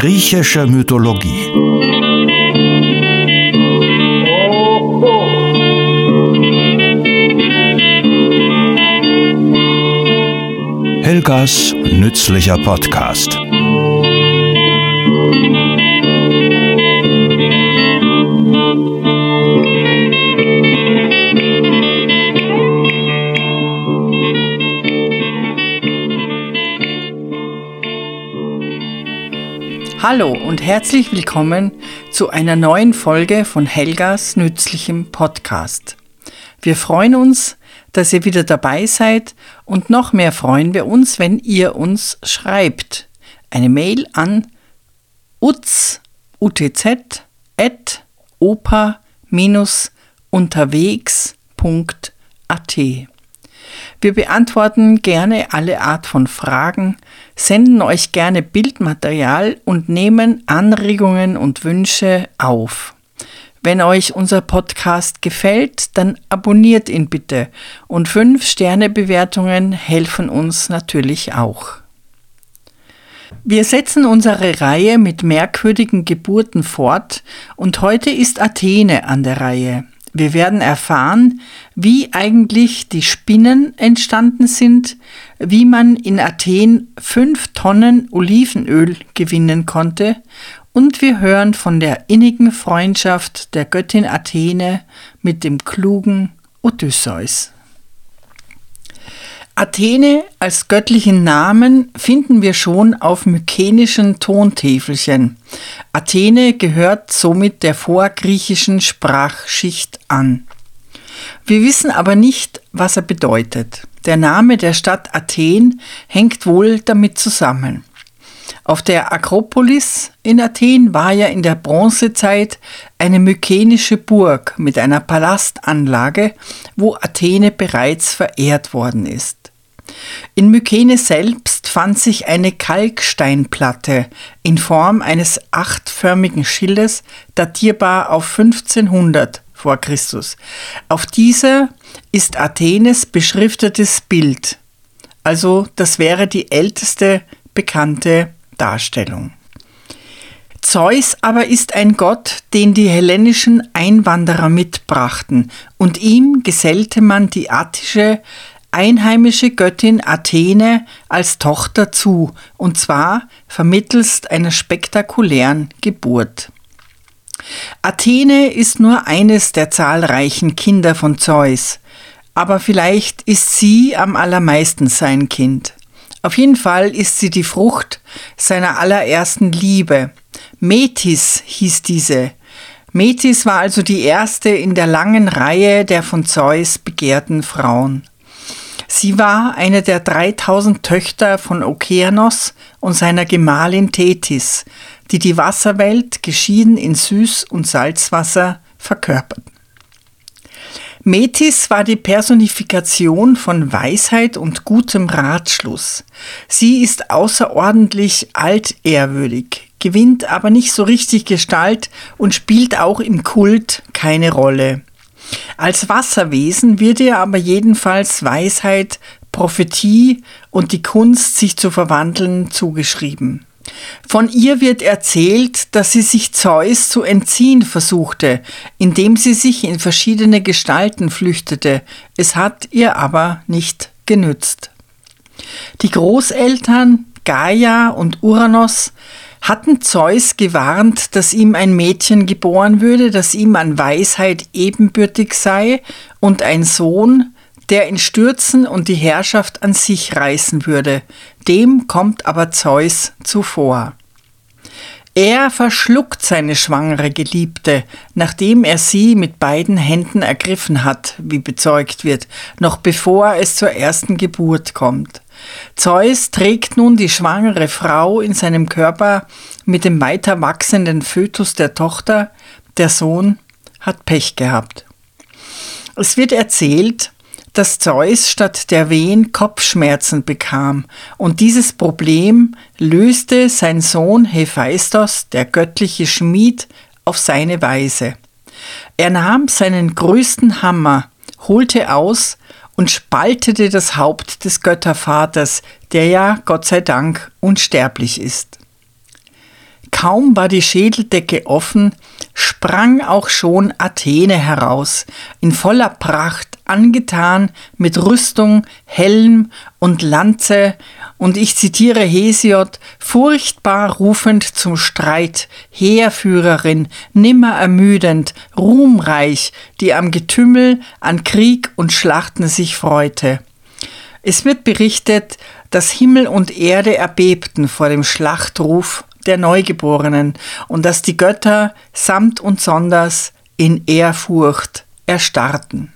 Griechische Mythologie. Helgas nützlicher Podcast. Hallo und herzlich willkommen zu einer neuen Folge von Helgas nützlichem Podcast. Wir freuen uns, dass ihr wieder dabei seid und noch mehr freuen wir uns, wenn ihr uns schreibt. Eine Mail an utz@opa-unterwegs.at. Wir beantworten gerne alle Art von Fragen, senden euch gerne Bildmaterial und nehmen Anregungen und Wünsche auf. Wenn euch unser Podcast gefällt, dann abonniert ihn bitte und 5-Sterne-Bewertungen helfen uns natürlich auch. Wir setzen unsere Reihe mit merkwürdigen Geburten fort und heute ist Athene an der Reihe. Wir werden erfahren, wie eigentlich die Spinnen entstanden sind, wie man in Athen 5 Tonnen Olivenöl gewinnen konnte und wir hören von der innigen Freundschaft der Göttin Athene mit dem klugen Odysseus. Athene als göttlichen Namen finden wir schon auf mykenischen Tontäfelchen. Athene gehört somit der vorgriechischen Sprachschicht an. Wir wissen aber nicht, was er bedeutet. Der Name der Stadt Athen hängt wohl damit zusammen. Auf der Akropolis in Athen war ja in der Bronzezeit eine mykenische Burg mit einer Palastanlage, wo Athene bereits verehrt worden ist. In Mykene selbst fand sich eine Kalksteinplatte in Form eines 8-förmigen Schildes, datierbar auf 1500 vor Christus. Auf dieser ist Athenes beschriftetes Bild. Also das wäre die älteste bekannte Darstellung. Zeus aber ist ein Gott, den die hellenischen Einwanderer mitbrachten, und ihm gesellte man die attische, einheimische Göttin Athene als Tochter zu, und zwar vermittelst einer spektakulären Geburt. Athene ist nur eines der zahlreichen Kinder von Zeus, aber vielleicht ist sie am allermeisten sein Kind. Auf jeden Fall ist sie die Frucht seiner allerersten Liebe. Metis hieß diese. Metis war also die erste in der langen Reihe der von Zeus begehrten Frauen. Sie war eine der 3000 Töchter von Okeanos und seiner Gemahlin Tethys, die die Wasserwelt geschieden in Süß- und Salzwasser verkörperten. Metis war die Personifikation von Weisheit und gutem Ratschluss. Sie ist außerordentlich altehrwürdig, gewinnt aber nicht so richtig Gestalt und spielt auch im Kult keine Rolle. Als Wasserwesen wird ihr aber jedenfalls Weisheit, Prophetie und die Kunst, sich zu verwandeln, zugeschrieben. Von ihr wird erzählt, dass sie sich Zeus zu entziehen versuchte, indem sie sich in verschiedene Gestalten flüchtete. Es hat ihr aber nicht genützt. Die Großeltern Gaia und Uranos hatten Zeus gewarnt, dass ihm ein Mädchen geboren würde, das ihm an Weisheit ebenbürtig sei, und ein Sohn, der ihn stürzen und die Herrschaft an sich reißen würde. Dem kommt aber Zeus zuvor. Er verschluckt seine schwangere Geliebte, nachdem er sie mit beiden Händen ergriffen hat, wie bezeugt wird, noch bevor es zur ersten Geburt kommt. Zeus trägt nun die schwangere Frau in seinem Körper mit dem weiter wachsenden Fötus der Tochter. Der Sohn hat Pech gehabt. Es wird erzählt, dass Zeus statt der Wehen Kopfschmerzen bekam, und dieses Problem löste sein Sohn Hephaistos, der göttliche Schmied, auf seine Weise. Er nahm seinen größten Hammer, holte aus und spaltete das Haupt des Göttervaters, der ja, Gott sei Dank, unsterblich ist. Kaum war die Schädeldecke offen, sprang auch schon Athene heraus, in voller Pracht, angetan mit Rüstung, Helm und Lanze, und ich zitiere Hesiod, furchtbar rufend zum Streit, Heerführerin, nimmer ermüdend, ruhmreich, die am Getümmel, an Krieg und Schlachten sich freute. Es wird berichtet, dass Himmel und Erde erbebten vor dem Schlachtruf der Neugeborenen und dass die Götter samt und sonders in Ehrfurcht erstarrten.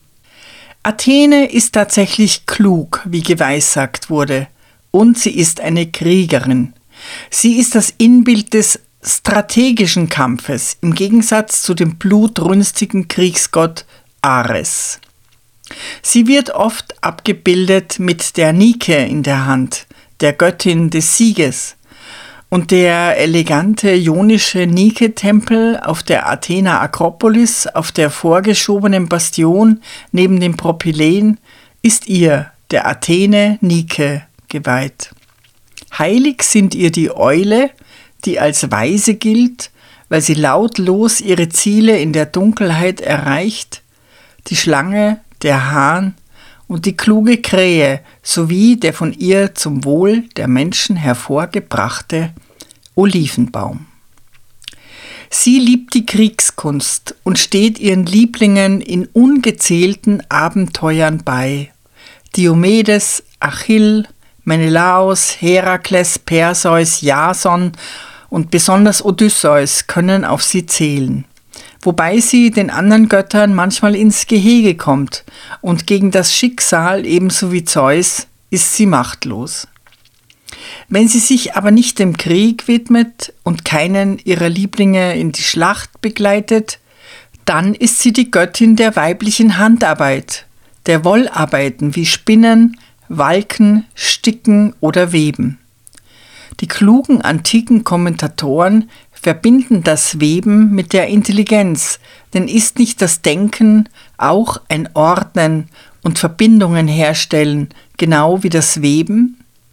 Athene ist tatsächlich klug, wie geweissagt wurde, und sie ist eine Kriegerin. Sie ist das Inbild des strategischen Kampfes, im Gegensatz zu dem blutrünstigen Kriegsgott Ares. Sie wird oft abgebildet mit der Nike in der Hand, der Göttin des Sieges. Und der elegante ionische Nike-Tempel auf der Athener Akropolis, auf der vorgeschobenen Bastion neben dem Propyläen, ist ihr, der Athene Nike, geweiht. Heilig sind ihr die Eule, die als Weise gilt, weil sie lautlos ihre Ziele in der Dunkelheit erreicht, die Schlange, der Hahn und die kluge Krähe sowie der von ihr zum Wohl der Menschen hervorgebrachte Olivenbaum. Sie liebt die Kriegskunst und steht ihren Lieblingen in ungezählten Abenteuern bei. Diomedes, Achill, Menelaos, Herakles, Perseus, Jason und besonders Odysseus können auf sie zählen. Wobei sie den anderen Göttern manchmal ins Gehege kommt und gegen das Schicksal ebenso wie Zeus ist sie machtlos. Wenn sie sich aber nicht dem Krieg widmet und keinen ihrer Lieblinge in die Schlacht begleitet, dann ist sie die Göttin der weiblichen Handarbeit, der Wollarbeiten wie Spinnen, Walken, Sticken oder Weben. Die klugen antiken Kommentatoren verbinden das Weben mit der Intelligenz, denn ist nicht das Denken auch ein Ordnen und Verbindungen herstellen, genau wie das Weben?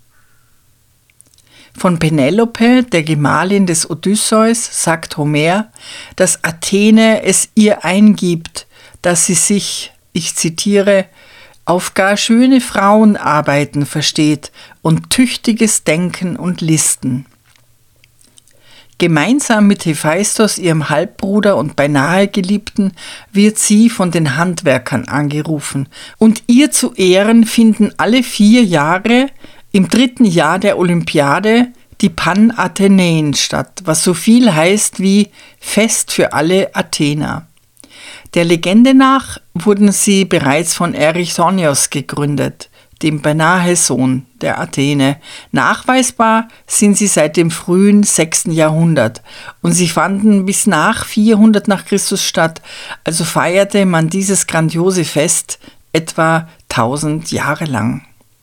Von Penelope, der Gemahlin des Odysseus, sagt Homer, dass Athene es ihr eingibt, dass sie sich, ich zitiere, auf gar schöne Frauenarbeiten versteht und tüchtiges Denken und Listen. Gemeinsam mit Hephaistos, ihrem Halbbruder und beinahe Geliebten, wird sie von den Handwerkern angerufen. Und ihr zu Ehren finden alle 4 Jahre im 3. Jahr der Olympiade die Panathenäen statt, was so viel heißt wie Fest für alle Athener. Der Legende nach wurden sie bereits von Erythonios gegründet, dem beinahe Sohn der Athene. Nachweisbar sind sie seit dem frühen 6. Jahrhundert und sie fanden bis nach 400 nach Christus statt, also feierte man dieses grandiose Fest etwa 1000 Jahre lang.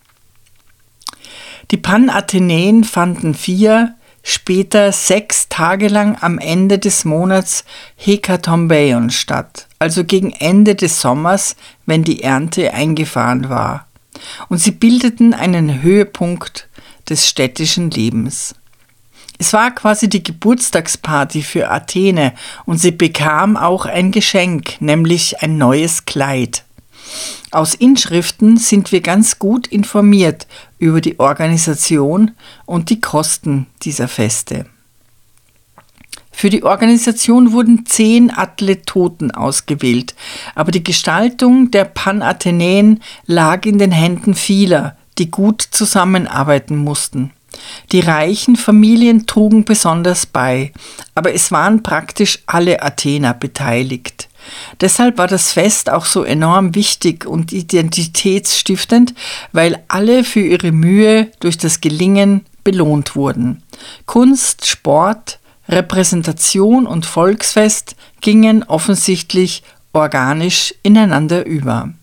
Die Panathenäen fanden 4, später 6 Tage lang am Ende des Monats Hekatombeion statt, also gegen Ende des Sommers, wenn die Ernte eingefahren war. Und sie bildeten einen Höhepunkt des städtischen Lebens. Es war quasi die Geburtstagsparty für Athene und sie bekam auch ein Geschenk, nämlich ein neues Kleid. Aus Inschriften sind wir ganz gut informiert über die Organisation und die Kosten dieser Feste. Für die Organisation wurden 10 Athletoten ausgewählt, aber die Gestaltung der Panathenäen lag in den Händen vieler, die gut zusammenarbeiten mussten. Die reichen Familien trugen besonders bei, aber es waren praktisch alle Athener beteiligt. Deshalb war das Fest auch so enorm wichtig und identitätsstiftend, weil alle für ihre Mühe durch das Gelingen belohnt wurden. Kunst, Sport, Repräsentation und Volksfest gingen offensichtlich organisch ineinander über.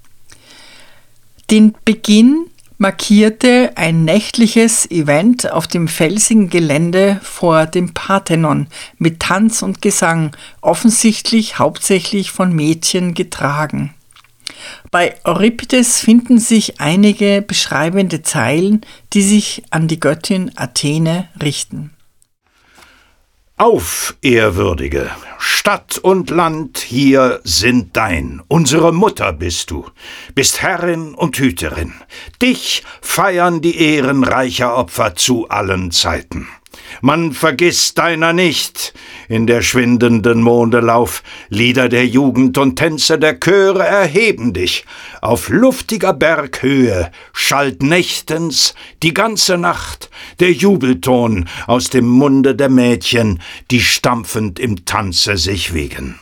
Den Beginn markierte ein nächtliches Event auf dem felsigen Gelände vor dem Parthenon mit Tanz und Gesang, offensichtlich hauptsächlich von Mädchen getragen. Bei Euripides finden sich einige beschreibende Zeilen, die sich an die Göttin Athene richten. Auf, Ehrwürdige! Stadt und Land hier sind dein, unsere Mutter bist du, bist Herrin und Hüterin. Dich feiern die ehrenreicher Opfer zu allen Zeiten. Man vergisst deiner nicht, in der schwindenden Mondelauf, Lieder der Jugend und Tänze der Chöre erheben dich. Auf luftiger Berghöhe schallt nächtens die ganze Nacht der Jubelton aus dem Munde der Mädchen, die stampfend im Tanze sich wiegen.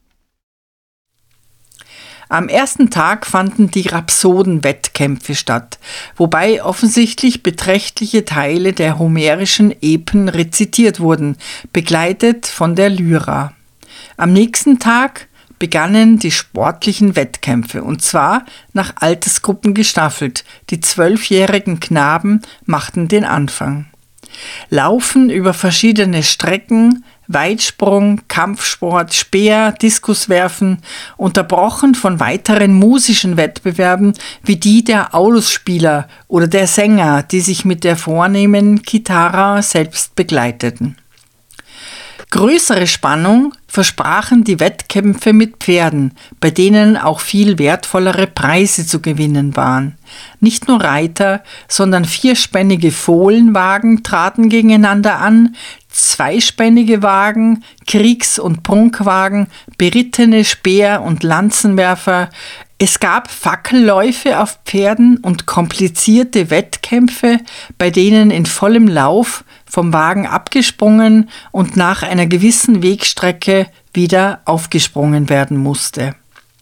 Am ersten Tag fanden die Rhapsodenwettkämpfe statt, wobei offensichtlich beträchtliche Teile der homerischen Epen rezitiert wurden, begleitet von der Lyra. Am nächsten Tag begannen die sportlichen Wettkämpfe, und zwar nach Altersgruppen gestaffelt. Die 12-jährigen Knaben machten den Anfang. Laufen über verschiedene Strecken, Weitsprung, Kampfsport, Speer, Diskuswerfen, unterbrochen von weiteren musischen Wettbewerben wie die der Aulusspieler oder der Sänger, die sich mit der vornehmen Kithara selbst begleiteten. Größere Spannung versprachen die Wettkämpfe mit Pferden, bei denen auch viel wertvollere Preise zu gewinnen waren. Nicht nur Reiter, sondern vierspännige Fohlenwagen traten gegeneinander an, zweispännige Wagen, Kriegs- und Prunkwagen, berittene Speer- und Lanzenwerfer. Es gab Fackelläufe auf Pferden und komplizierte Wettkämpfe, bei denen in vollem Lauf vom Wagen abgesprungen und nach einer gewissen Wegstrecke wieder aufgesprungen werden musste.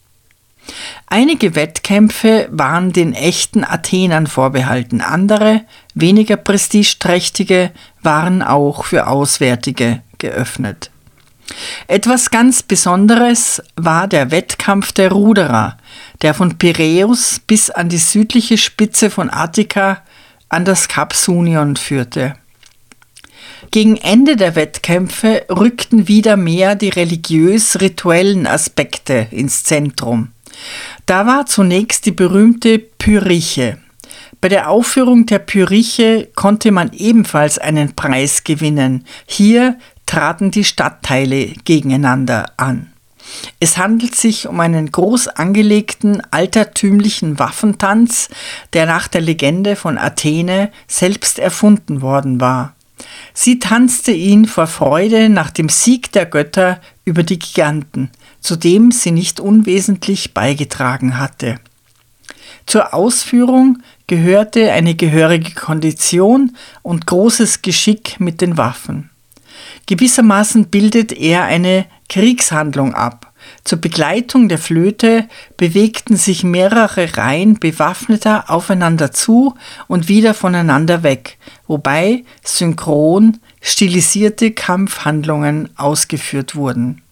Einige Wettkämpfe waren den echten Athenern vorbehalten, andere, weniger prestigeträchtige, waren auch für Auswärtige geöffnet. Etwas ganz Besonderes war der Wettkampf der Ruderer, der von Piräus bis an die südliche Spitze von Attika an das Kap Sunion führte. Gegen Ende der Wettkämpfe rückten wieder mehr die religiös-rituellen Aspekte ins Zentrum. Da war zunächst die berühmte Pyrrhiche. Bei der Aufführung der Pyrrhiche konnte man ebenfalls einen Preis gewinnen. Hier traten die Stadtteile gegeneinander an. Es handelt sich um einen groß angelegten, altertümlichen Waffentanz, der nach der Legende von Athene selbst erfunden worden war. Sie tanzte ihn vor Freude nach dem Sieg der Götter über die Giganten, zu dem sie nicht unwesentlich beigetragen hatte. Zur Ausführung gehörte eine gehörige Kondition und großes Geschick mit den Waffen. Gewissermaßen bildet er eine Kriegshandlung ab. Zur Begleitung der Flöte bewegten sich mehrere Reihen Bewaffneter aufeinander zu und wieder voneinander weg, wobei synchron stilisierte Kampfhandlungen ausgeführt wurden.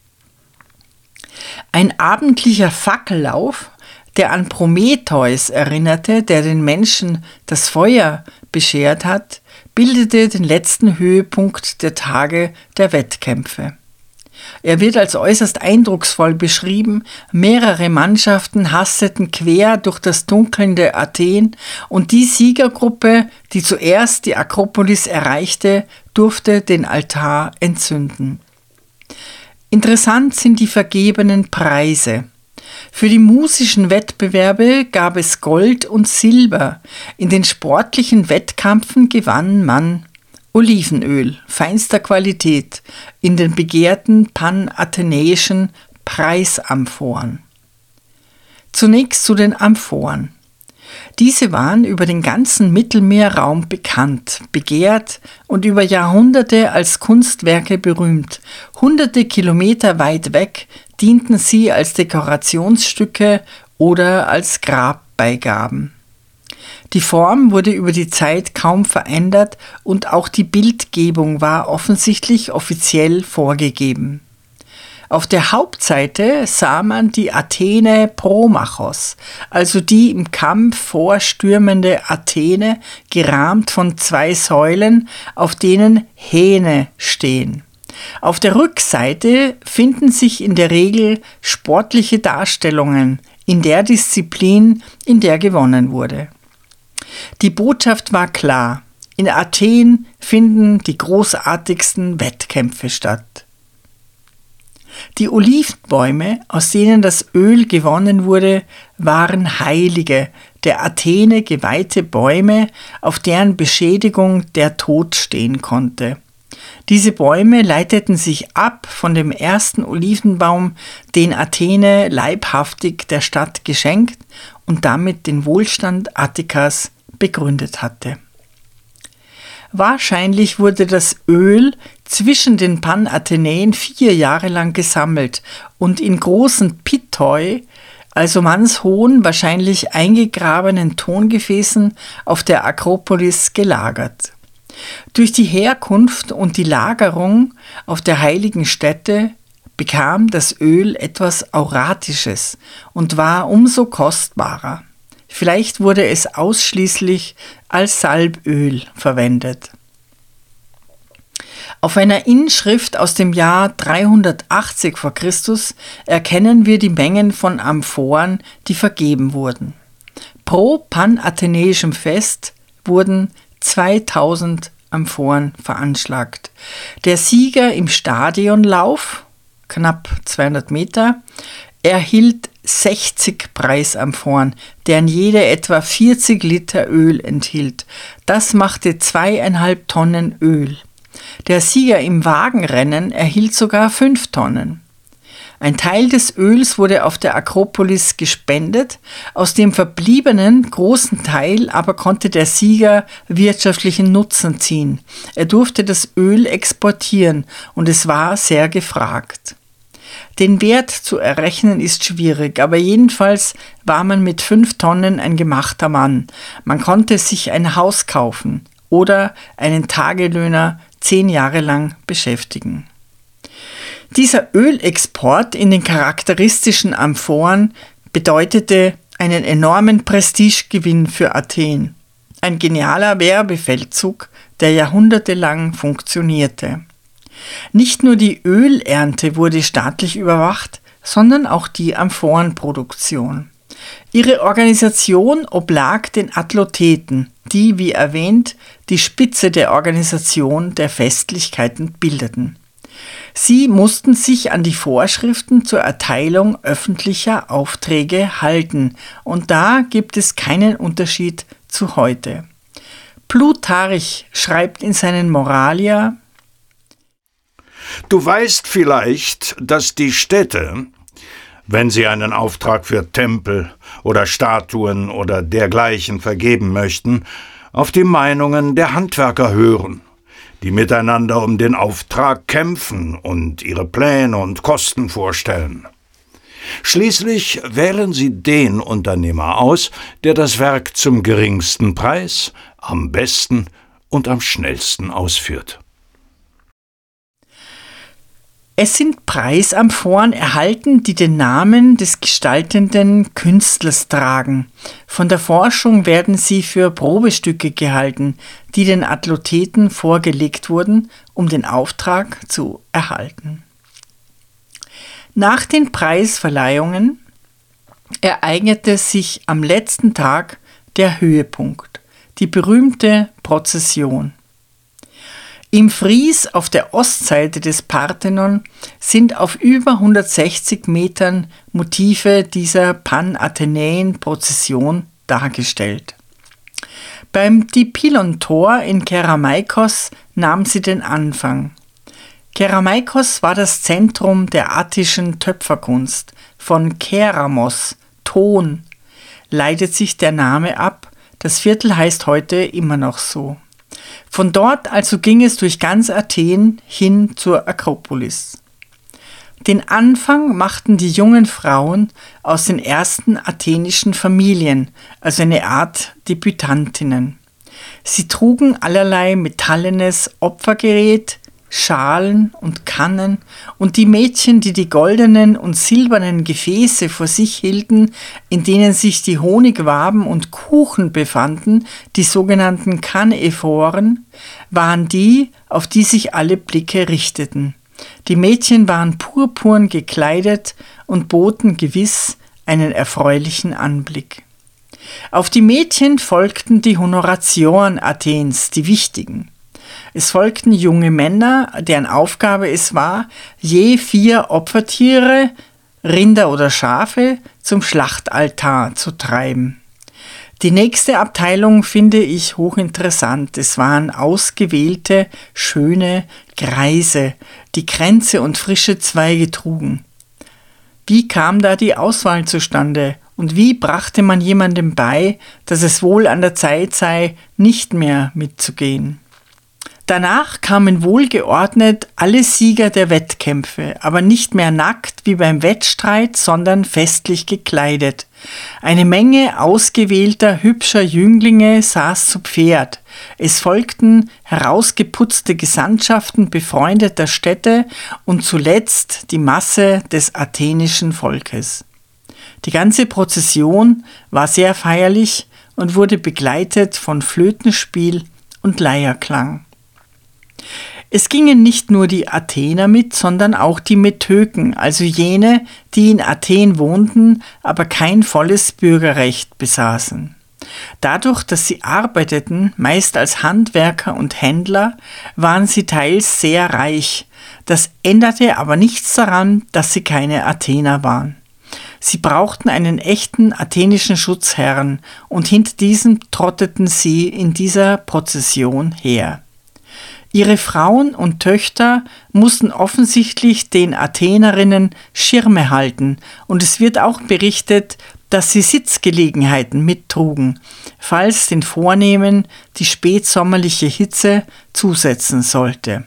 Ein abendlicher Fackellauf, der an Prometheus erinnerte, der den Menschen das Feuer beschert hat, bildete den letzten Höhepunkt der Tage der Wettkämpfe. Er wird als äußerst eindrucksvoll beschrieben. Mehrere Mannschaften hasteten quer durch das dunkelnde Athen und die Siegergruppe, die zuerst die Akropolis erreichte, durfte den Altar entzünden. Interessant sind die vergebenen Preise. Für die musischen Wettbewerbe gab es Gold und Silber. In den sportlichen Wettkämpfen gewann man Olivenöl feinster Qualität in den begehrten panathenäischen Preisamphoren. Zunächst zu den Amphoren. Diese waren über den ganzen Mittelmeerraum bekannt, begehrt und über Jahrhunderte als Kunstwerke berühmt. Hunderte Kilometer weit weg dienten sie als Dekorationsstücke oder als Grabbeigaben. Die Form wurde über die Zeit kaum verändert und auch die Bildgebung war offensichtlich offiziell vorgegeben. Auf der Hauptseite sah man die Athene Promachos, also die im Kampf vorstürmende Athene, gerahmt von 2 Säulen, auf denen Hähne stehen. Auf der Rückseite finden sich in der Regel sportliche Darstellungen in der Disziplin, in der gewonnen wurde. Die Botschaft war klar: In Athen finden die großartigsten Wettkämpfe statt. Die Olivenbäume, aus denen das Öl gewonnen wurde, waren heilige, der Athene geweihte Bäume, auf deren Beschädigung der Tod stehen konnte. Diese Bäume leiteten sich ab von dem ersten Olivenbaum, den Athene leibhaftig der Stadt geschenkt und damit den Wohlstand Attikas begründet hatte. Wahrscheinlich wurde das Öl zwischen den Panathenäen 4 Jahre lang gesammelt und in großen Pithoi, also mannshohen, wahrscheinlich eingegrabenen Tongefäßen auf der Akropolis gelagert. Durch die Herkunft und die Lagerung auf der heiligen Stätte bekam das Öl etwas Auratisches und war umso kostbarer. Vielleicht wurde es ausschließlich als Salböl verwendet. Auf einer Inschrift aus dem Jahr 380 v. Chr. erkennen wir die Mengen von Amphoren, die vergeben wurden. Pro panathenäischem Fest wurden 2000 Amphoren veranschlagt. Der Sieger im Stadionlauf, knapp 200 Meter, erhielt 60 Preisamphoren, deren jede etwa 40 Liter Öl enthielt. Das machte 2,5 Tonnen Öl. Der Sieger im Wagenrennen erhielt sogar 5 Tonnen. Ein Teil des Öls wurde auf der Akropolis gespendet, aus dem verbliebenen großen Teil aber konnte der Sieger wirtschaftlichen Nutzen ziehen. Er durfte das Öl exportieren und es war sehr gefragt. Den Wert zu errechnen ist schwierig, aber jedenfalls war man mit 5 Tonnen ein gemachter Mann. Man konnte sich ein Haus kaufen oder einen Tagelöhner 10 Jahre lang beschäftigen. Dieser Ölexport in den charakteristischen Amphoren bedeutete einen enormen Prestigegewinn für Athen. Ein genialer Werbefeldzug, der jahrhundertelang funktionierte. Nicht nur die Ölernte wurde staatlich überwacht, sondern auch die Amphorenproduktion. Ihre Organisation oblag den Athloteten, die, wie erwähnt, die Spitze der Organisation der Festlichkeiten bildeten. Sie mussten sich an die Vorschriften zur Erteilung öffentlicher Aufträge halten, und da gibt es keinen Unterschied zu heute. Plutarch schreibt in seinen Moralia: Du weißt vielleicht, dass die Städte, wenn sie einen Auftrag für Tempel oder Statuen oder dergleichen vergeben möchten, auf die Meinungen der Handwerker hören, die miteinander um den Auftrag kämpfen und ihre Pläne und Kosten vorstellen. Schließlich wählen sie den Unternehmer aus, der das Werk zum geringsten Preis, am besten und am schnellsten ausführt. Es sind Preisamphoren erhalten, die den Namen des gestaltenden Künstlers tragen. Von der Forschung werden sie für Probestücke gehalten, die den Athloteten vorgelegt wurden, um den Auftrag zu erhalten. Nach den Preisverleihungen ereignete sich am letzten Tag der Höhepunkt, die berühmte Prozession. Im Fries auf der Ostseite des Parthenon sind auf über 160 Metern Motive dieser Panathenäen-Prozession dargestellt. Beim Dipylon-Tor in Kerameikos nahm sie den Anfang. Kerameikos war das Zentrum der attischen Töpferkunst. Von Keramos, Ton, leitet sich der Name ab. Das Viertel heißt heute immer noch so. Von dort also ging es durch ganz Athen hin zur Akropolis. Den Anfang machten die jungen Frauen aus den ersten athenischen Familien, also eine Art Debütantinnen. Sie trugen allerlei metallenes Opfergerät, Schalen und Kannen, und die Mädchen, die die goldenen und silbernen Gefäße vor sich hielten, in denen sich die Honigwaben und Kuchen befanden, die sogenannten Kanephoren, waren die, auf die sich alle Blicke richteten. Die Mädchen waren purpurn gekleidet und boten gewiss einen erfreulichen Anblick. Auf die Mädchen folgten die Honoratioren Athens, die wichtigen. Es folgten junge Männer, deren Aufgabe es war, je 4 Opfertiere, Rinder oder Schafe, zum Schlachtaltar zu treiben. Die nächste Abteilung finde ich hochinteressant. Es waren ausgewählte, schöne Greise, die Kränze und frische Zweige trugen. Wie kam da die Auswahl zustande? Und wie brachte man jemandem bei, dass es wohl an der Zeit sei, nicht mehr mitzugehen? Danach kamen wohlgeordnet alle Sieger der Wettkämpfe, aber nicht mehr nackt wie beim Wettstreit, sondern festlich gekleidet. Eine Menge ausgewählter, hübscher Jünglinge saß zu Pferd. Es folgten herausgeputzte Gesandtschaften befreundeter Städte und zuletzt die Masse des athenischen Volkes. Die ganze Prozession war sehr feierlich und wurde begleitet von Flötenspiel und Leierklang. Es gingen nicht nur die Athener mit, sondern auch die Methöken, also jene, die in Athen wohnten, aber kein volles Bürgerrecht besaßen. Dadurch, dass sie arbeiteten, meist als Handwerker und Händler, waren sie teils sehr reich. Das änderte aber nichts daran, dass sie keine Athener waren. Sie brauchten einen echten athenischen Schutzherrn und hinter diesem trotteten sie in dieser Prozession her. Ihre Frauen und Töchter mussten offensichtlich den Athenerinnen Schirme halten und es wird auch berichtet, dass sie Sitzgelegenheiten mittrugen, falls den Vornehmen die spätsommerliche Hitze zusetzen sollte.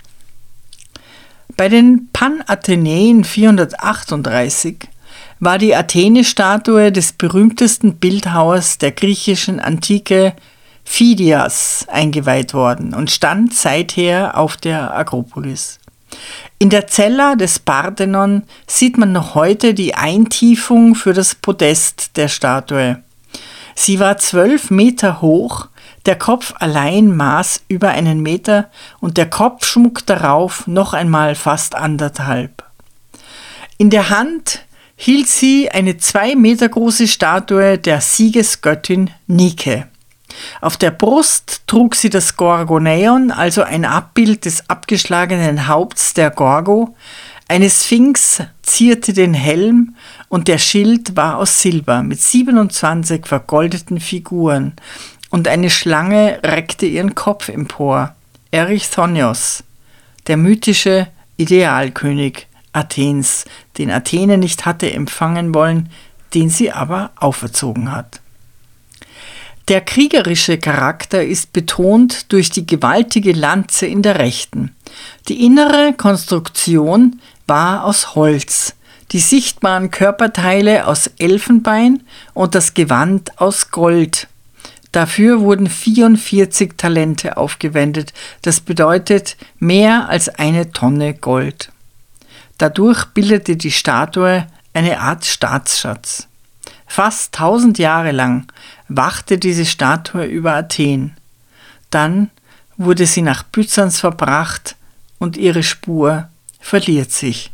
Bei den Panathenäen 438 war die Athene-Statue des berühmtesten Bildhauers der griechischen Antike, Phidias, eingeweiht worden und stand seither auf der Akropolis. In der Cella des Parthenon sieht man noch heute die Eintiefung für das Podest der Statue. Sie war 12 Meter hoch, der Kopf allein maß über 1 Meter und der Kopfschmuck darauf noch einmal fast 1,5. In der Hand hielt sie eine 2 Meter große Statue der Siegesgöttin Nike. Auf der Brust trug sie das Gorgoneion, also ein Abbild des abgeschlagenen Haupts der Gorgo. Eine Sphinx zierte den Helm und der Schild war aus Silber mit 27 vergoldeten Figuren und eine Schlange reckte ihren Kopf empor. Erythonios, der mythische Idealkönig Athens, den Athene nicht hatte empfangen wollen, den sie aber auferzogen hat. Der kriegerische Charakter ist betont durch die gewaltige Lanze in der Rechten. Die innere Konstruktion war aus Holz, die sichtbaren Körperteile aus Elfenbein und das Gewand aus Gold. Dafür wurden 44 Talente aufgewendet, das bedeutet mehr als 1 Tonne Gold. Dadurch bildete die Statue eine Art Staatsschatz. Fast 1000 Jahre lang wachte diese Statue über Athen. Dann wurde sie nach Byzanz verbracht und ihre Spur verliert sich.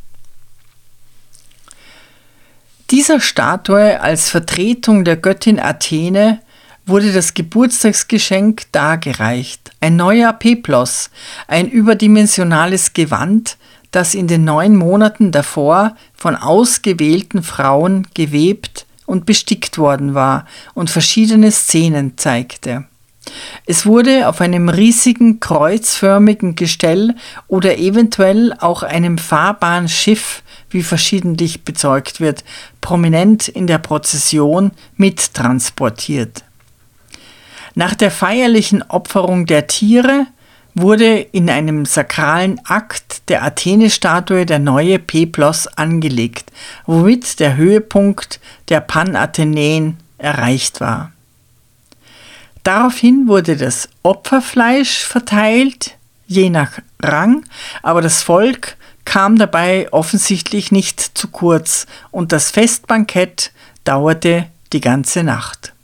Dieser Statue als Vertretung der Göttin Athene wurde das Geburtstagsgeschenk dargereicht. Ein neuer Peplos, ein überdimensionales Gewand, das in den 9 Monaten davor von ausgewählten Frauen gewebt und bestickt worden war und verschiedene Szenen zeigte. Es wurde auf einem riesigen kreuzförmigen Gestell oder eventuell auch einem fahrbaren Schiff, wie verschiedentlich bezeugt wird, prominent in der Prozession mittransportiert. Nach der feierlichen Opferung der Tiere wurde in einem sakralen Akt der Athene-Statue der neue Peplos angelegt, womit der Höhepunkt der Panathenäen erreicht war. Daraufhin wurde das Opferfleisch verteilt, je nach Rang, aber das Volk kam dabei offensichtlich nicht zu kurz und das Festbankett dauerte die ganze Nacht.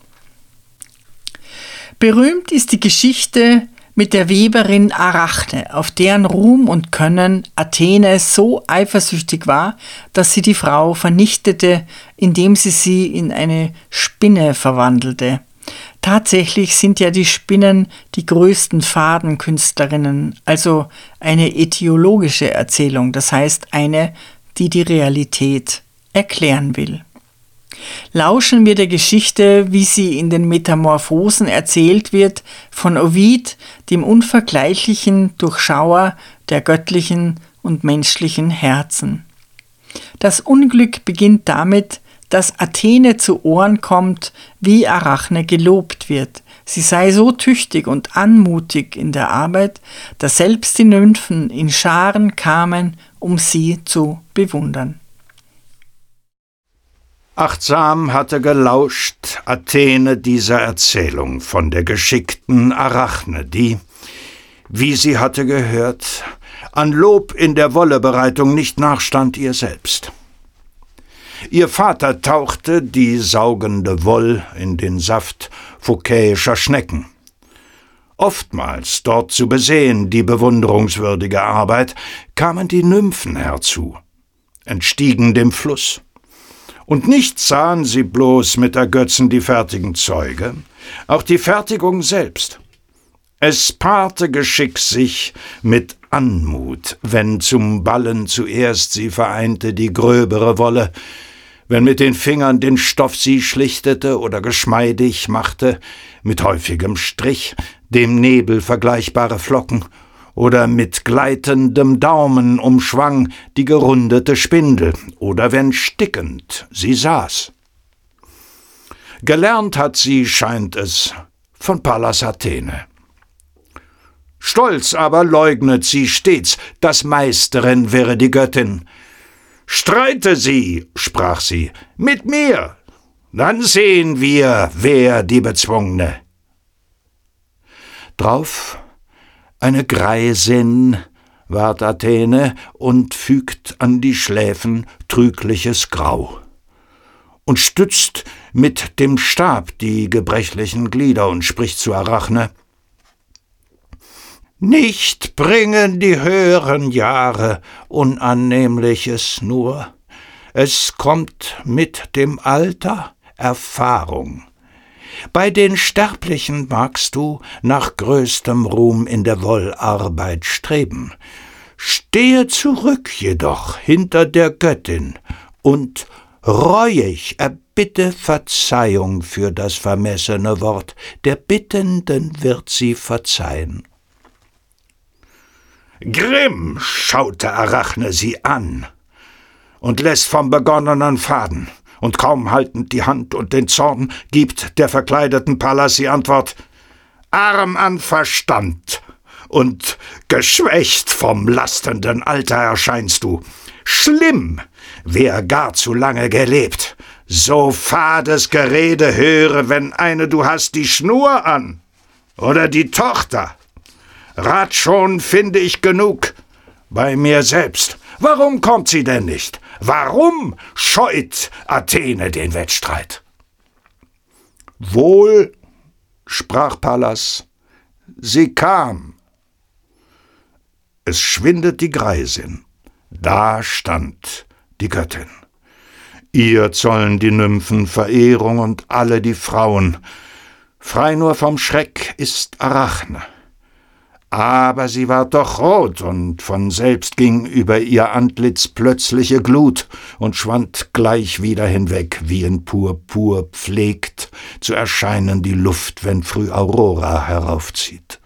Berühmt ist die Geschichte mit der Weberin Arachne, auf deren Ruhm und Können Athene so eifersüchtig war, dass sie die Frau vernichtete, indem sie in eine Spinne verwandelte. Tatsächlich sind ja die Spinnen die größten Fadenkünstlerinnen, also eine etiologische Erzählung, das heißt eine, die die Realität erklären will. Lauschen wir der Geschichte, wie sie in den Metamorphosen erzählt wird, von Ovid, dem unvergleichlichen Durchschauer der göttlichen und menschlichen Herzen. Das Unglück beginnt damit, dass Athene zu Ohren kommt, wie Arachne gelobt wird. Sie sei so tüchtig und anmutig in der Arbeit, dass selbst die Nymphen in Scharen kamen, um sie zu bewundern. Achtsam hatte gelauscht Athene dieser Erzählung von der geschickten Arachne, die, wie sie hatte gehört, an Lob in der Wollebereitung nicht nachstand ihr selbst. Ihr Vater tauchte die saugende Woll in den Saft phokäischer Schnecken. Oftmals, dort zu besehen die bewunderungswürdige Arbeit, kamen die Nymphen herzu, entstiegen dem Fluss. Und nicht sahen sie bloß mit Ergötzen die fertigen Zeuge, auch die Fertigung selbst. Es paarte Geschick sich mit Anmut, wenn zum Ballen zuerst sie vereinte die gröbere Wolle, wenn mit den Fingern den Stoff sie schlichtete oder geschmeidig machte, mit häufigem Strich, dem Nebel vergleichbare Flocken, oder mit gleitendem Daumen umschwang die gerundete Spindel, oder wenn stickend sie saß. Gelernt hat sie, scheint es, von Pallas Athene. Stolz aber leugnet sie stets, dass Meisterin wäre die Göttin. »Streite sie«, sprach sie, »mit mir, dann sehen wir, wer die Bezwungene.« Drauf eine Greisin ward Athene und fügt an die Schläfen trügliches Grau und stützt mit dem Stab die gebrechlichen Glieder und spricht zu Arachne: »Nicht bringen die höheren Jahre Unannehmliches nur, es kommt mit dem Alter Erfahrung. Bei den Sterblichen magst du nach größtem Ruhm in der Wollarbeit streben, stehe zurück jedoch hinter der Göttin und reuig erbitte Verzeihung für das vermessene Wort, der Bittenden wird sie verzeihen.« Grimm schaute Arachne sie an und lässt vom begonnenen Faden, und kaum haltend die Hand und den Zorn, gibt der verkleideten Pallas die Antwort: »Arm an Verstand und geschwächt vom lastenden Alter erscheinst du. Schlimm, wer gar zu lange gelebt, so fades Gerede höre, wenn eine du hast die Schnur an oder die Tochter. Rat schon finde ich genug bei mir selbst. Warum kommt sie denn nicht? Warum scheut Athene den Wettstreit?« »Wohl«, sprach Pallas, »sie kam.« Es schwindet die Greisin, da stand die Göttin. Ihr zollen die Nymphen Verehrung und alle die Frauen. Frei nur vom Schreck ist Arachne. Aber sie war doch rot, und von selbst ging über ihr Antlitz plötzliche Glut und schwand gleich wieder hinweg, wie in Purpur pflegt zu erscheinen die Luft, wenn früh Aurora heraufzieht.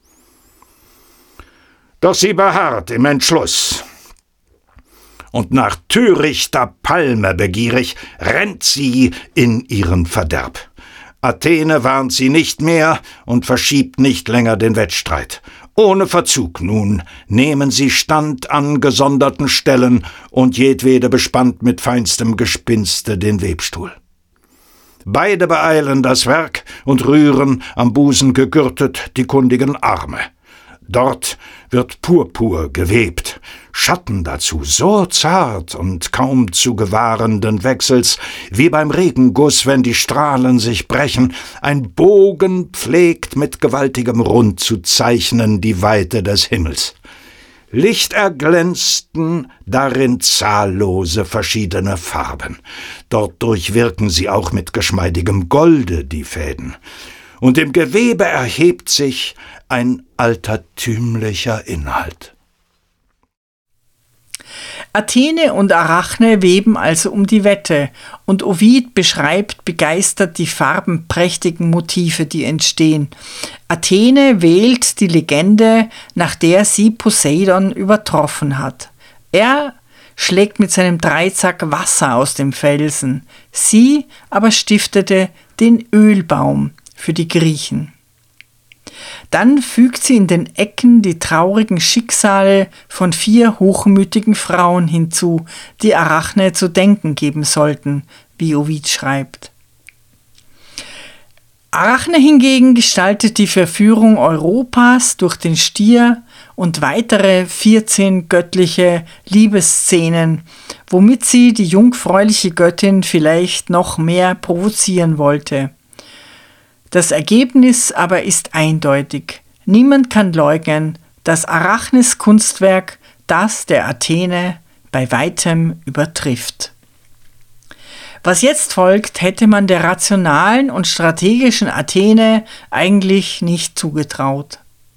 Doch sie beharrt im Entschluss, und nach törichter Palme begierig rennt sie in ihren Verderb. Athene warnt sie nicht mehr und verschiebt nicht länger den Wettstreit. Ohne Verzug nun nehmen sie Stand an gesonderten Stellen und jedwede bespannt mit feinstem Gespinste den Webstuhl. Beide beeilen das Werk und rühren, am Busen gegürtet, die kundigen Arme. Dort wird Purpur gewebt, Schatten dazu so zart und kaum zu gewahrenden Wechsels, wie beim Regenguss, wenn die Strahlen sich brechen, ein Bogen pflegt mit gewaltigem Rund zu zeichnen die Weite des Himmels. Lichterglänzten darin zahllose verschiedene Farben, dort durchwirken sie auch mit geschmeidigem Golde die Fäden. und im Gewebe erhebt sich ein altertümlicher Inhalt. Athene und Arachne weben also um die Wette, und Ovid beschreibt begeistert die farbenprächtigen Motive, die entstehen. Athene wählt die Legende, nach der sie Poseidon übertroffen hat. Er schlägt mit seinem Dreizack Wasser aus dem Felsen. Sie aber stiftete den Ölbaum für die Griechen. Dann fügt sie in den Ecken die traurigen Schicksale von 4 hochmütigen Frauen hinzu, die Arachne zu denken geben sollten, wie Ovid schreibt. Arachne hingegen gestaltet die Verführung Europas durch den Stier und weitere 14 göttliche Liebesszenen, womit sie die jungfräuliche Göttin vielleicht noch mehr provozieren wollte. Das Ergebnis aber ist eindeutig. Niemand kann leugnen, dass Arachnes Kunstwerk das der Athene bei weitem übertrifft. Was jetzt folgt, hätte man der rationalen und strategischen Athene eigentlich nicht zugetraut.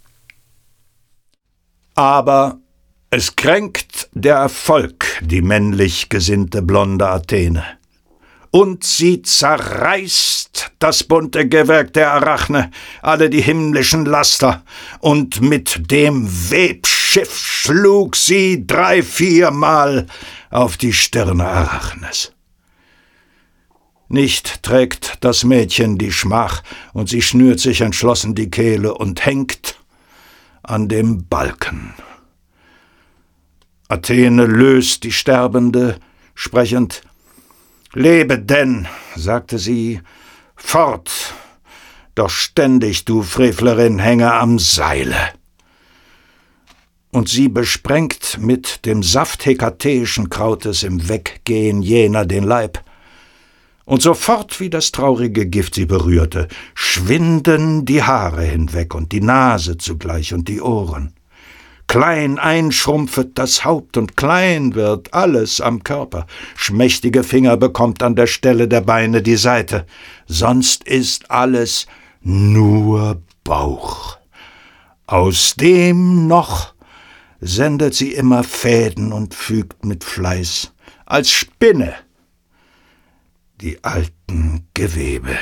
Aber es kränkt der Erfolg die männlich gesinnte blonde Athene. Und sie zerreißt das bunte Gewerk der Arachne, alle die himmlischen Laster, und mit dem Webschiff schlug sie 3-4 Mal auf die Stirne Arachnes. Nicht trägt das Mädchen die Schmach, und sie schnürt sich entschlossen die Kehle und hängt an dem Balken. Athene löst die Sterbende, sprechend: »Lebe denn«, sagte sie, »fort, doch ständig, du Frevlerin, hänge am Seile.« Und sie besprengt mit dem Saft hekateischen Krautes im Weggehen jener den Leib. Und sofort, wie das traurige Gift sie berührte, schwinden die Haare hinweg und die Nase zugleich und die Ohren. Klein einschrumpfet das Haupt und klein wird alles am Körper. Schmächtige Finger bekommt an der Stelle der Beine die Seite. Sonst ist alles nur Bauch. Aus dem noch sendet sie immer Fäden und fügt mit Fleiß, als Spinne, die alten Gewebe.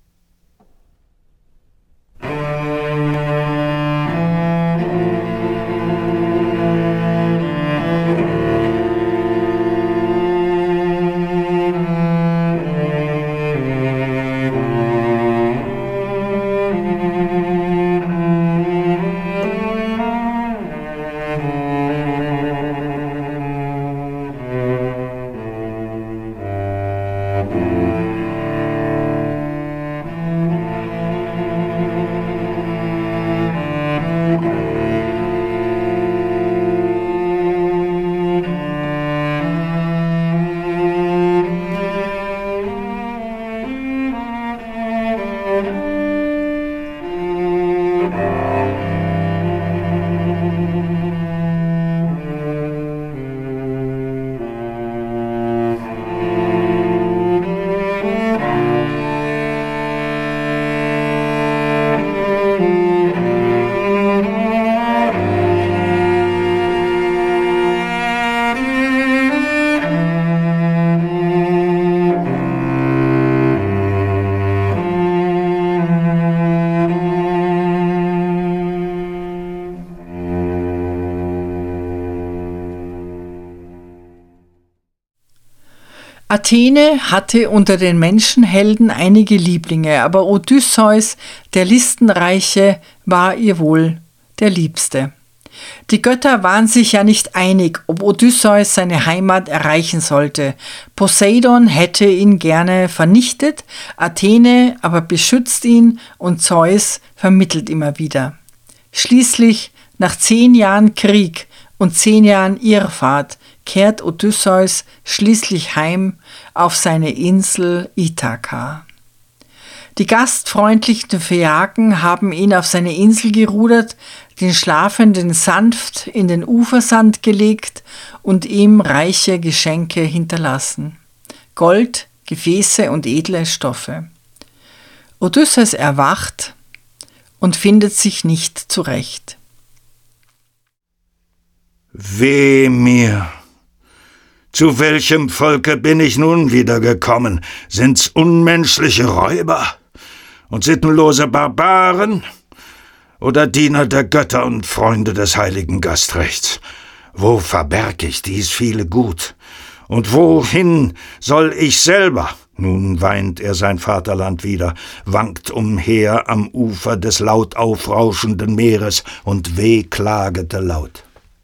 Athene hatte unter den Menschenhelden einige Lieblinge, aber Odysseus, der Listenreiche, war ihr wohl der Liebste. Die Götter waren sich ja nicht einig, ob Odysseus seine Heimat erreichen sollte. Poseidon hätte ihn gerne vernichtet, Athene aber beschützt ihn und Zeus vermittelt immer wieder. Schließlich, nach 10 Jahren Krieg und 10 Jahren Irrfahrt, kehrt Odysseus schließlich heim auf seine Insel Ithaka. Die gastfreundlichen Phäaken haben ihn auf seine Insel gerudert, den Schlafenden sanft in den Ufersand gelegt und ihm reiche Geschenke hinterlassen: Gold, Gefäße und edle Stoffe. Odysseus erwacht und findet sich nicht zurecht. Weh mir! Zu welchem Volke bin ich nun wiedergekommen? Sind's unmenschliche Räuber und sittenlose Barbaren oder Diener der Götter und Freunde des heiligen Gastrechts? Wo verberg ich dies viele Gut? Und wohin soll ich selber? Nun weint er sein Vaterland wieder, wankt umher am Ufer des laut aufrauschenden Meeres und wehklagete laut.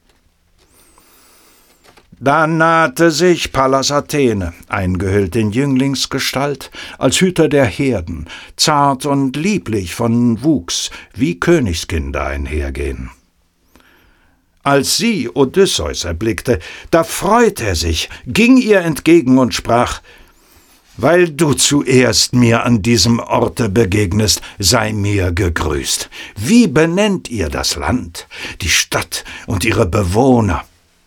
Da nahte sich Pallas Athene, eingehüllt in Jünglingsgestalt, als Hüter der Herden, zart und lieblich von Wuchs, wie Königskinder einhergehen. Als sie Odysseus erblickte, da freut er sich, ging ihr entgegen und sprach: »Weil du zuerst mir an diesem Orte begegnest, sei mir gegrüßt. Wie benennt ihr das Land, die Stadt und ihre Bewohner?«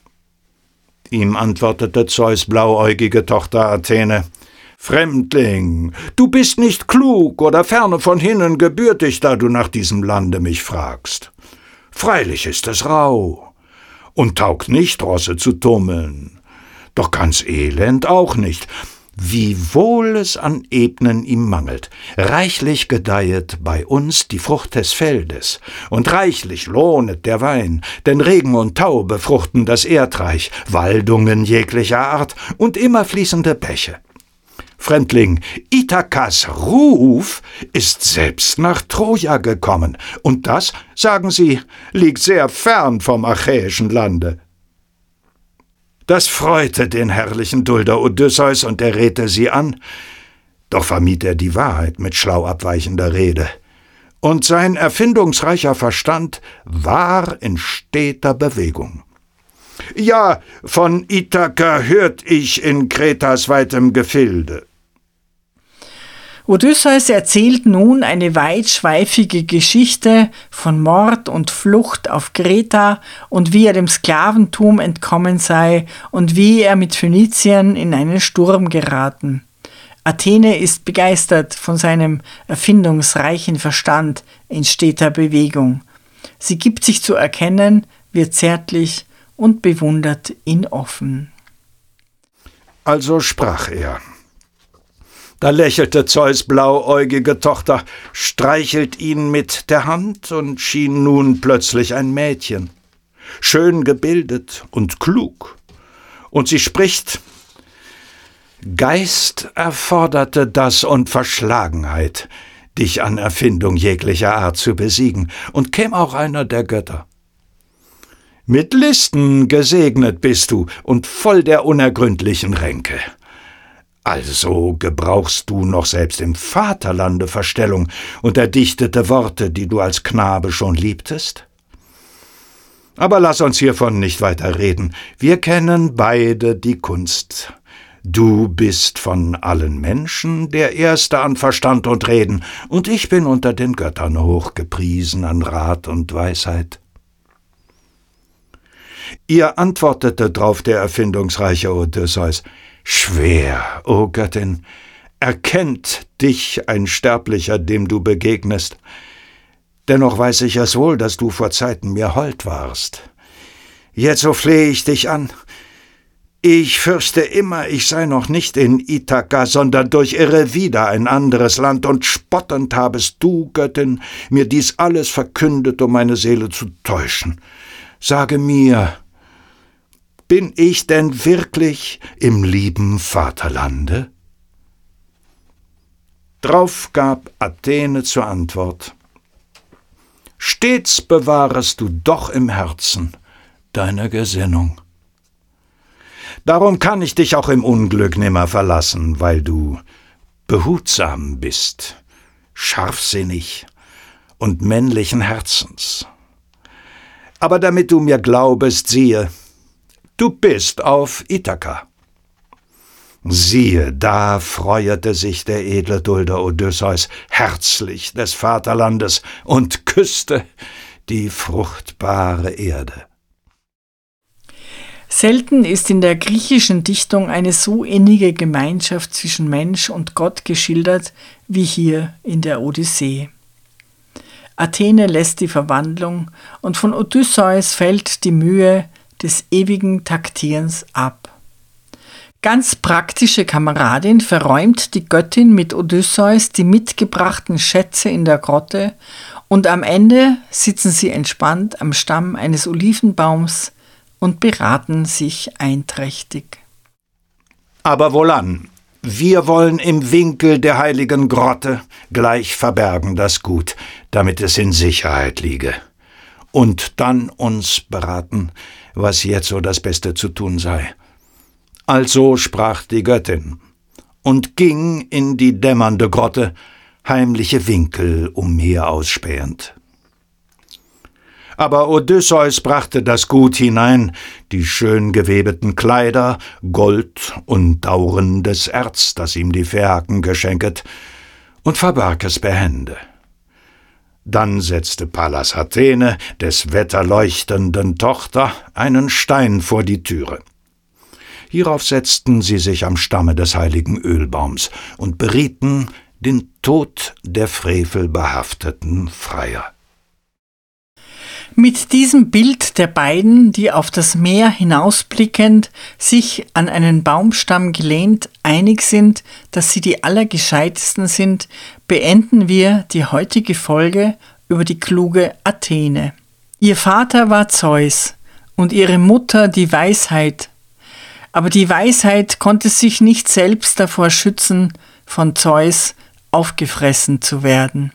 Ihm antwortete Zeus' blauäugige Tochter Athene: »Fremdling, du bist nicht klug oder ferne von hinnen gebürtig, da du nach diesem Lande mich fragst. Freilich ist es rau und taugt nicht, Rosse zu tummeln, doch ganz elend auch nicht. Wiewohl es an Ebnen ihm mangelt, reichlich gedeihet bei uns die Frucht des Feldes, und reichlich lohnet der Wein, denn Regen und Tau befruchten das Erdreich, Waldungen jeglicher Art und immer fließende Bäche. Fremdling, Ithakas Ruf ist selbst nach Troja gekommen, und das, sagen sie, liegt sehr fern vom achäischen Lande.« Das freute den herrlichen Dulder Odysseus, und er redete sie an, doch vermied er die Wahrheit mit schlau abweichender Rede. Und sein erfindungsreicher Verstand war in steter Bewegung. »Ja, von Ithaka hört ich in Kretas weitem Gefilde.« Odysseus erzählt nun eine weitschweifige Geschichte von Mord und Flucht auf Kreta und wie er dem Sklaventum entkommen sei und wie er mit Phöniziern in einen Sturm geraten. Athene ist begeistert von seinem erfindungsreichen Verstand in steter Bewegung. Sie gibt sich zu erkennen, wird zärtlich und bewundert ihn offen. Also sprach er. Da lächelte Zeus' blauäugige Tochter, streichelt ihn mit der Hand und schien nun plötzlich ein Mädchen, schön gebildet und klug. Und sie spricht: »Geist erforderte das und Verschlagenheit, dich an Erfindung jeglicher Art zu besiegen, und käm auch einer der Götter. Mit Listen gesegnet bist du und voll der unergründlichen Ränke. Also gebrauchst du noch selbst im Vaterlande Verstellung und erdichtete Worte, die du als Knabe schon liebtest? Aber lass uns hiervon nicht weiter reden. Wir kennen beide die Kunst. Du bist von allen Menschen der Erste an Verstand und Reden, und ich bin unter den Göttern hochgepriesen an Rat und Weisheit.« Ihr antwortete drauf der erfindungsreiche Odysseus: »Schwer, o Göttin, erkennt dich ein Sterblicher, dem du begegnest. Dennoch weiß ich es wohl, dass du vor Zeiten mir hold warst. Jetzo flehe ich dich an. Ich fürchte immer, ich sei noch nicht in Ithaka, sondern durchirre wieder ein anderes Land, und spottend habest du, Göttin, mir dies alles verkündet, um meine Seele zu täuschen. Sage mir, bin ich denn wirklich im lieben Vaterlande?« Drauf gab Athene zur Antwort: »Stets bewahrest du doch im Herzen deine Gesinnung. Darum kann ich dich auch im Unglück nimmer verlassen, weil du behutsam bist, scharfsinnig und männlichen Herzens. Aber damit du mir glaubest, siehe, du bist auf Ithaka.« Siehe, da freuete sich der edle Dulder Odysseus herzlich des Vaterlandes und küsste die fruchtbare Erde. Selten ist in der griechischen Dichtung eine so innige Gemeinschaft zwischen Mensch und Gott geschildert wie hier in der Odyssee. Athene lässt die Verwandlung und von Odysseus fällt die Mühe des ewigen Taktierens ab. Ganz praktische Kameradin verräumt die Göttin mit Odysseus die mitgebrachten Schätze in der Grotte und am Ende sitzen sie entspannt am Stamm eines Olivenbaums und beraten sich einträchtig. Aber wohlan, wir wollen im Winkel der heiligen Grotte gleich verbergen das Gut, damit es in Sicherheit liege. Und dann uns beraten, was jetzt so das Beste zu tun sei. Also sprach die Göttin und ging in die dämmernde Grotte, heimliche Winkel umher ausspähend. Aber Odysseus brachte das Gut hinein, die schön gewebeten Kleider, Gold und dauerndes Erz, das ihm die Phäaken geschenket, und verbarg es behende. Dann setzte Pallas Athene, des wetterleuchtenden Tochter, einen Stein vor die Türe. Hierauf setzten sie sich am Stamme des heiligen Ölbaums und berieten den Tod der frevelbehafteten Freier. Mit diesem Bild der beiden, die auf das Meer hinausblickend, sich an einen Baumstamm gelehnt, einig sind, dass sie die Allergescheitesten sind, beenden wir die heutige Folge über die kluge Athene. Ihr Vater war Zeus und ihre Mutter die Weisheit. Aber die Weisheit konnte sich nicht selbst davor schützen, von Zeus aufgefressen zu werden.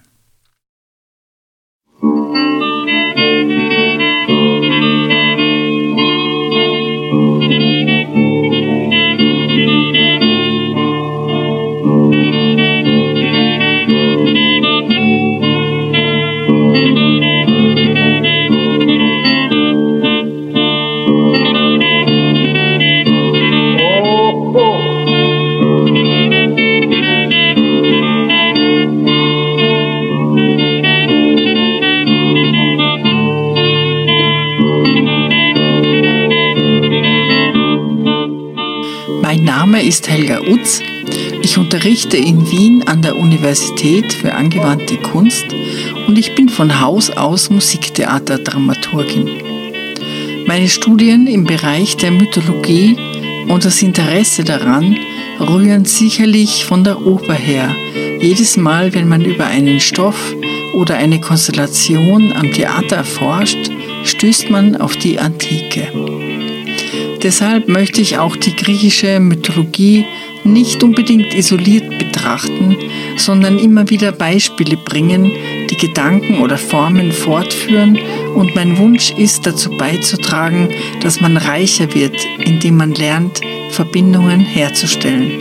Mein Name ist Helga Utz. Ich unterrichte in Wien an der Universität für angewandte Kunst und ich bin von Haus aus Musiktheaterdramaturgin. Meine Studien im Bereich der Mythologie und das Interesse daran rühren sicherlich von der Oper her. Jedes Mal, wenn man über einen Stoff oder eine Konstellation am Theater erforscht, stößt man auf die Antike. Deshalb möchte ich auch die griechische Mythologie nicht unbedingt isoliert betrachten, sondern immer wieder Beispiele bringen, die Gedanken oder Formen fortführen, und mein Wunsch ist, dazu beizutragen, dass man reicher wird, indem man lernt, Verbindungen herzustellen.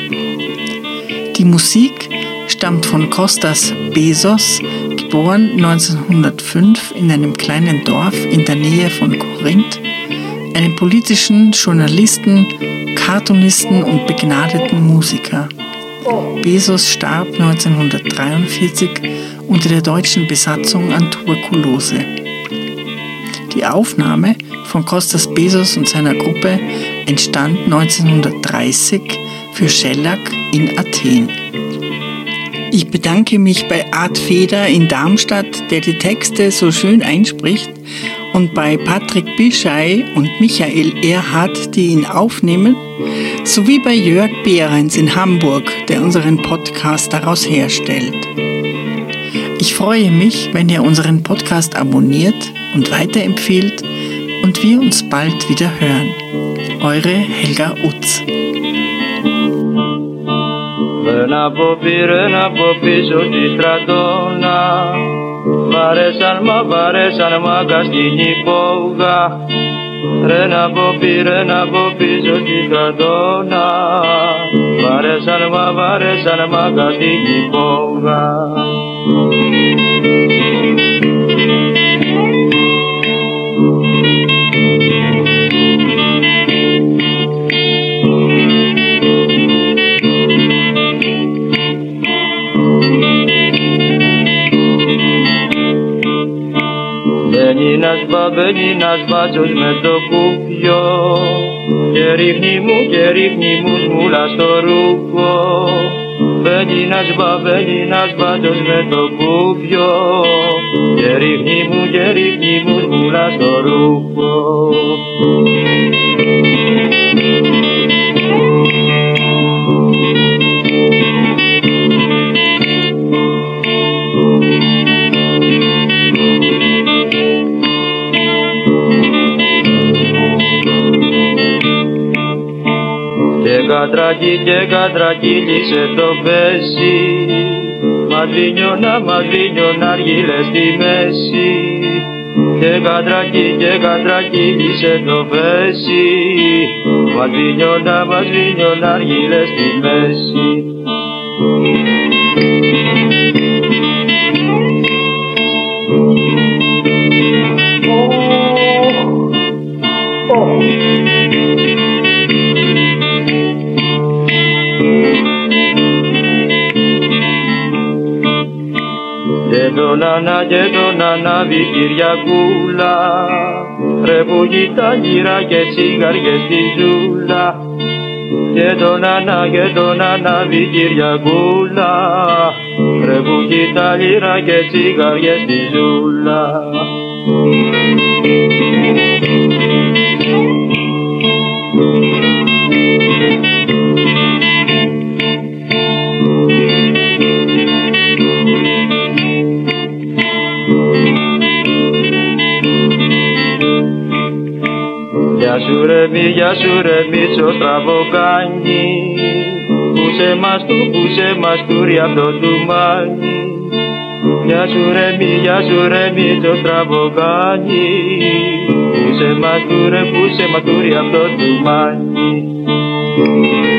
Die Musik stammt von Kostas Bezos, geboren 1905 in einem kleinen Dorf in der Nähe von Korinth, einem politischen Journalisten, Cartoonisten und begnadeten Musiker. Bezos starb 1943 unter der deutschen Besatzung an Tuberkulose. Die Aufnahme von Kostas Bezos und seiner Gruppe entstand 1930 für Schellack in Athen. Ich bedanke mich bei Art Feder in Darmstadt, der die Texte so schön einspricht, und bei Patrick Bischei und Michael Erhardt, die ihn aufnehmen, sowie bei Jörg Behrens in Hamburg, der unseren Podcast daraus herstellt. Ich freue mich, wenn ihr unseren Podcast abonniert und weiterempfiehlt und wir uns bald wieder hören. Eure Helga Utz. Rena popi soti stratona, varesan ma gastini pouga. Rena popi soti stratona, varesan ma gastini pouga. Μπενίνας μπάτσος με το κουπιό και ρίχνει μου σμούλα στο ρούχο. Μπαίνει ένας μπάτος με το κούφιο και ρίχνει μου μουλά στο ρούχο. Και κατρακύλισε το πέσι, μαδρίνιο να αργύλε στη μέση. Και κατρακύλισε το πέσι, μαδρίνιο να αργύλε στη μέση. Και τον ανάβει Κυριακούλα, ρε που γυρα και τσιγάριες στη ζούλα. Και τον ανάβει Κυριακούλα, ρε που γυρα και τσιγάριες στη ζούλα. Γεια σου ρε Μίτσο στραβοκάνι, πούσε μαστούρι απ' το τουμάνι. Γεια σου ρε Μίτσο στραβοκάνι, πούσε μαστούρι απ' το τουμάνι.